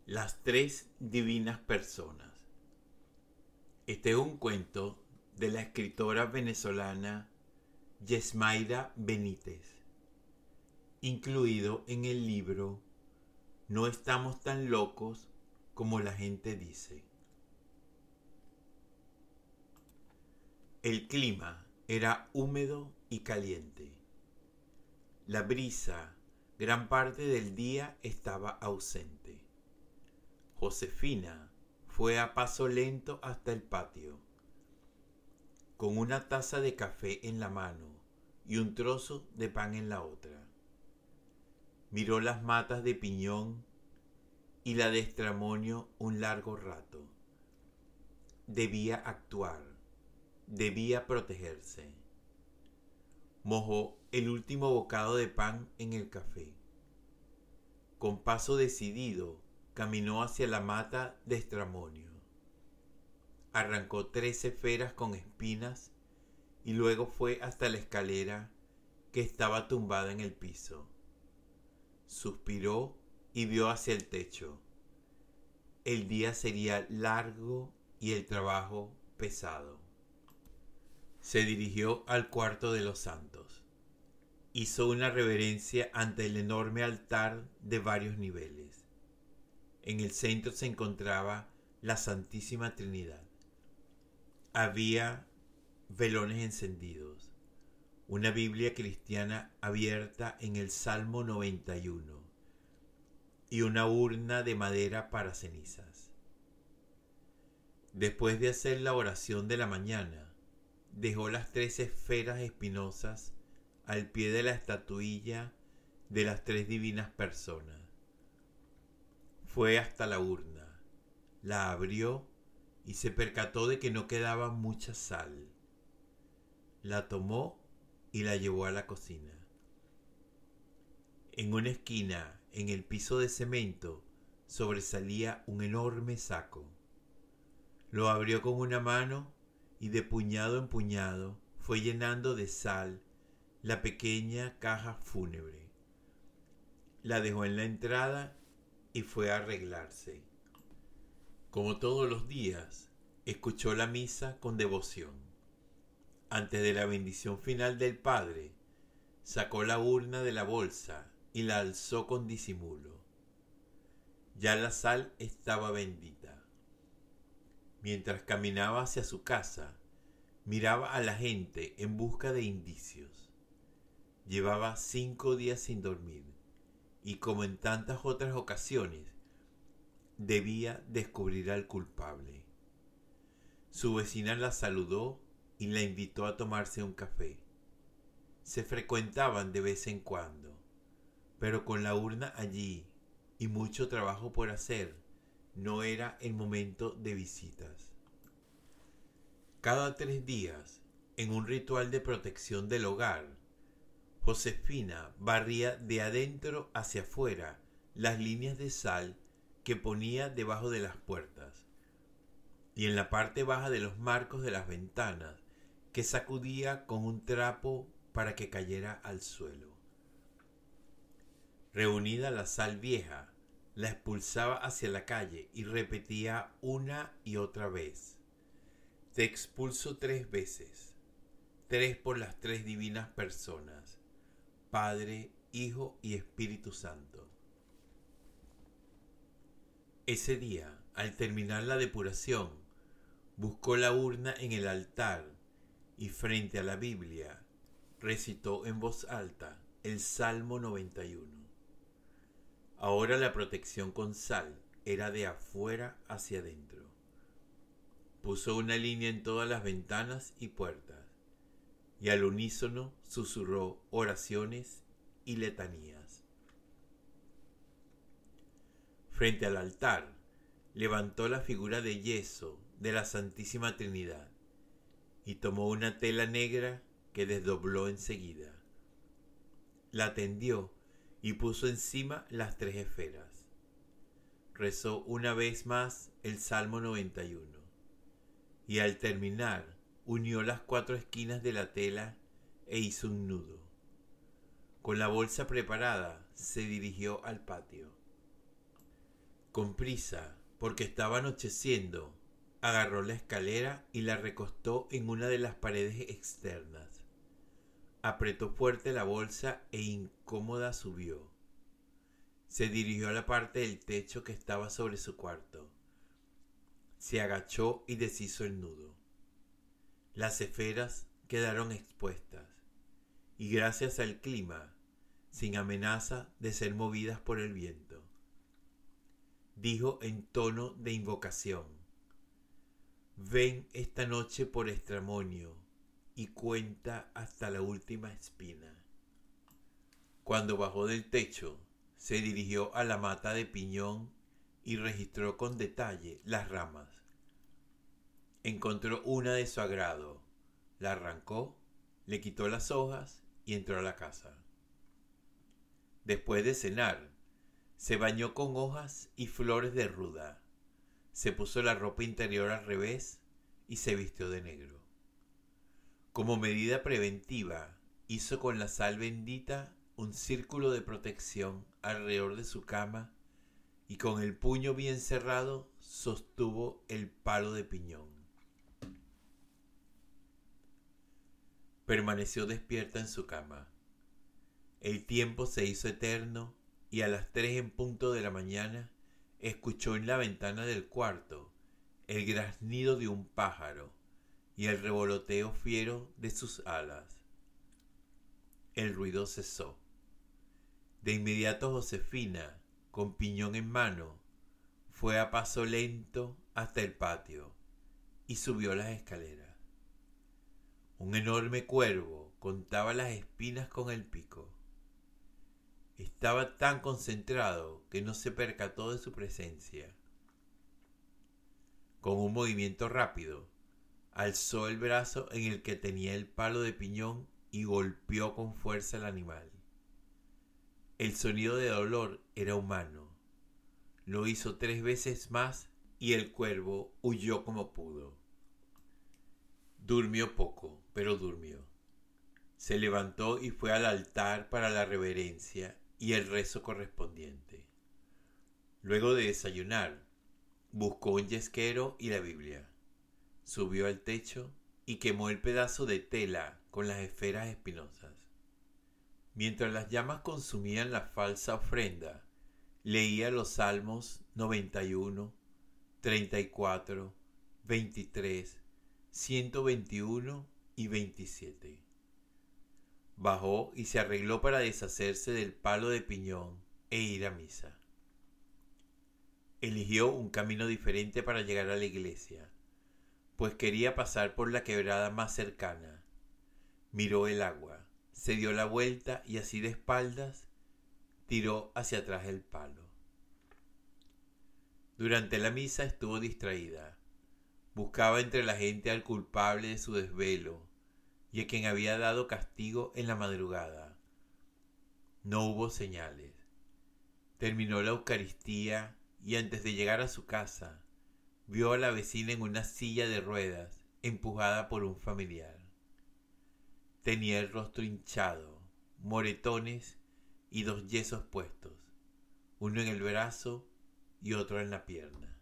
Las tres divinas personas. Este es un cuento de la escritora venezolana Yesmaira Benítez, incluido en el libro No estamos tan locos como la gente dice. El clima era húmedo y caliente. La brisa, gran parte del día, estaba ausente. Josefina fue a paso lento hasta el patio, con una taza de café en la mano y un trozo de pan en la otra. Miró las matas de piñón y la de estramonio un largo rato. Debía actuar, debía protegerse. Mojó el último bocado de pan en el café. Con paso decidido, caminó hacia la mata de estramonio. Arrancó 3 esferas con espinas y luego fue hasta la escalera que estaba tumbada en el piso. Suspiró y vio hacia el techo. El día sería largo y el trabajo pesado. Se dirigió al cuarto de los santos. Hizo una reverencia ante el enorme altar de varios niveles. En el centro se encontraba la Santísima Trinidad. Había velones encendidos, una Biblia cristiana abierta en el Salmo 91 y una urna de madera para cenizas. Después de hacer la oración de la mañana, dejó las 3 esferas espinosas al pie de la estatuilla de las 3 divinas personas. Fue hasta la urna, la abrió y se percató de que no quedaba mucha sal. La tomó y la llevó a la cocina. En una esquina, en el piso de cemento, sobresalía un enorme saco. Lo abrió con una mano y de puñado en puñado fue llenando de sal la pequeña caja fúnebre. La dejó en la entrada y fue a arreglarse. Como todos los días, escuchó la misa con devoción. Antes de la bendición final del Padre, sacó la urna de la bolsa y la alzó con disimulo. Ya la sal estaba bendita. Mientras caminaba hacia su casa, miraba a la gente en busca de indicios. Llevaba 5 días sin dormir y, como en tantas otras ocasiones, debía descubrir al culpable. Su vecina la saludó y la invitó a tomarse un café. Se frecuentaban de vez en cuando, pero con la urna allí y mucho trabajo por hacer, no era el momento de visitas. Cada 3 días, en un ritual de protección del hogar, Josefina barría de adentro hacia afuera las líneas de sal que ponía debajo de las puertas y en la parte baja de los marcos de las ventanas, que sacudía con un trapo para que cayera al suelo. Reunida la sal vieja, la expulsaba hacia la calle y repetía una y otra vez: te expulso 3 veces, 3 por las 3 divinas personas, Padre, Hijo y Espíritu Santo. Ese día, al terminar la depuración, buscó la urna en el altar y frente a la Biblia recitó en voz alta el Salmo 91. Ahora la protección con sal era de afuera hacia adentro. Puso una línea en todas las ventanas y puertas y al unísono susurró oraciones y letanías. Frente al altar levantó la figura de yeso de la Santísima Trinidad y tomó una tela negra que desdobló enseguida. La tendió y puso encima las 3 esferas. Rezó una vez más el Salmo 91 y al terminar unió las 4 esquinas de la tela e hizo un nudo. Con la bolsa preparada se dirigió al patio. Con prisa, porque estaba anocheciendo, agarró la escalera y la recostó en una de las paredes externas. Apretó fuerte la bolsa e incómoda subió. Se dirigió a la parte del techo que estaba sobre su cuarto. Se agachó y deshizo el nudo. Las esferas quedaron expuestas y gracias al clima, sin amenaza de ser movidas por el viento, dijo en tono de invocación: ven esta noche por estramonio y cuenta hasta la última espina. Cuando bajó del techo, se dirigió a la mata de piñón y registró con detalle las ramas. Encontró una de su agrado, la arrancó, le quitó las hojas y entró a la casa. Después de cenar, se bañó con hojas y flores de ruda, se puso la ropa interior al revés y se vistió de negro. Como medida preventiva, hizo con la sal bendita un círculo de protección alrededor de su cama y con el puño bien cerrado sostuvo el palo de piñón. Permaneció despierta en su cama. El tiempo se hizo eterno y a las 3 en punto de la mañana escuchó en la ventana del cuarto el graznido de un pájaro y el revoloteo fiero de sus alas. El ruido cesó. De inmediato Josefina, con piñón en mano, fue a paso lento hasta el patio y subió las escaleras. Un enorme cuervo contaba las espinas con el pico. Estaba tan concentrado que no se percató de su presencia. Con un movimiento rápido, alzó el brazo en el que tenía el palo de piñón y golpeó con fuerza al animal. El sonido de dolor era humano. Lo hizo 3 veces más y el cuervo huyó como pudo. Durmió poco, pero durmió. Se levantó y fue al altar para la reverencia y el rezo correspondiente. Luego de desayunar, buscó un yesquero y la Biblia. Subió al techo y quemó el pedazo de tela con las esferas espinosas. Mientras las llamas consumían la falsa ofrenda, leía los Salmos 91, 34, 23, 121 y 27. Bajó y se arregló para deshacerse del palo de piñón e ir a misa. Eligió un camino diferente para llegar a la iglesia, pues quería pasar por la quebrada más cercana. Miró el agua, se dio la vuelta y así de espaldas tiró hacia atrás el palo. Durante la misa estuvo distraída. Buscaba entre la gente al culpable de su desvelo y a quien había dado castigo en la madrugada. No hubo señales. Terminó la Eucaristía y antes de llegar a su casa, vio a la vecina en una silla de ruedas, empujada por un familiar. Tenía el rostro hinchado, moretones y 2 yesos puestos, uno en el brazo y otro en la pierna.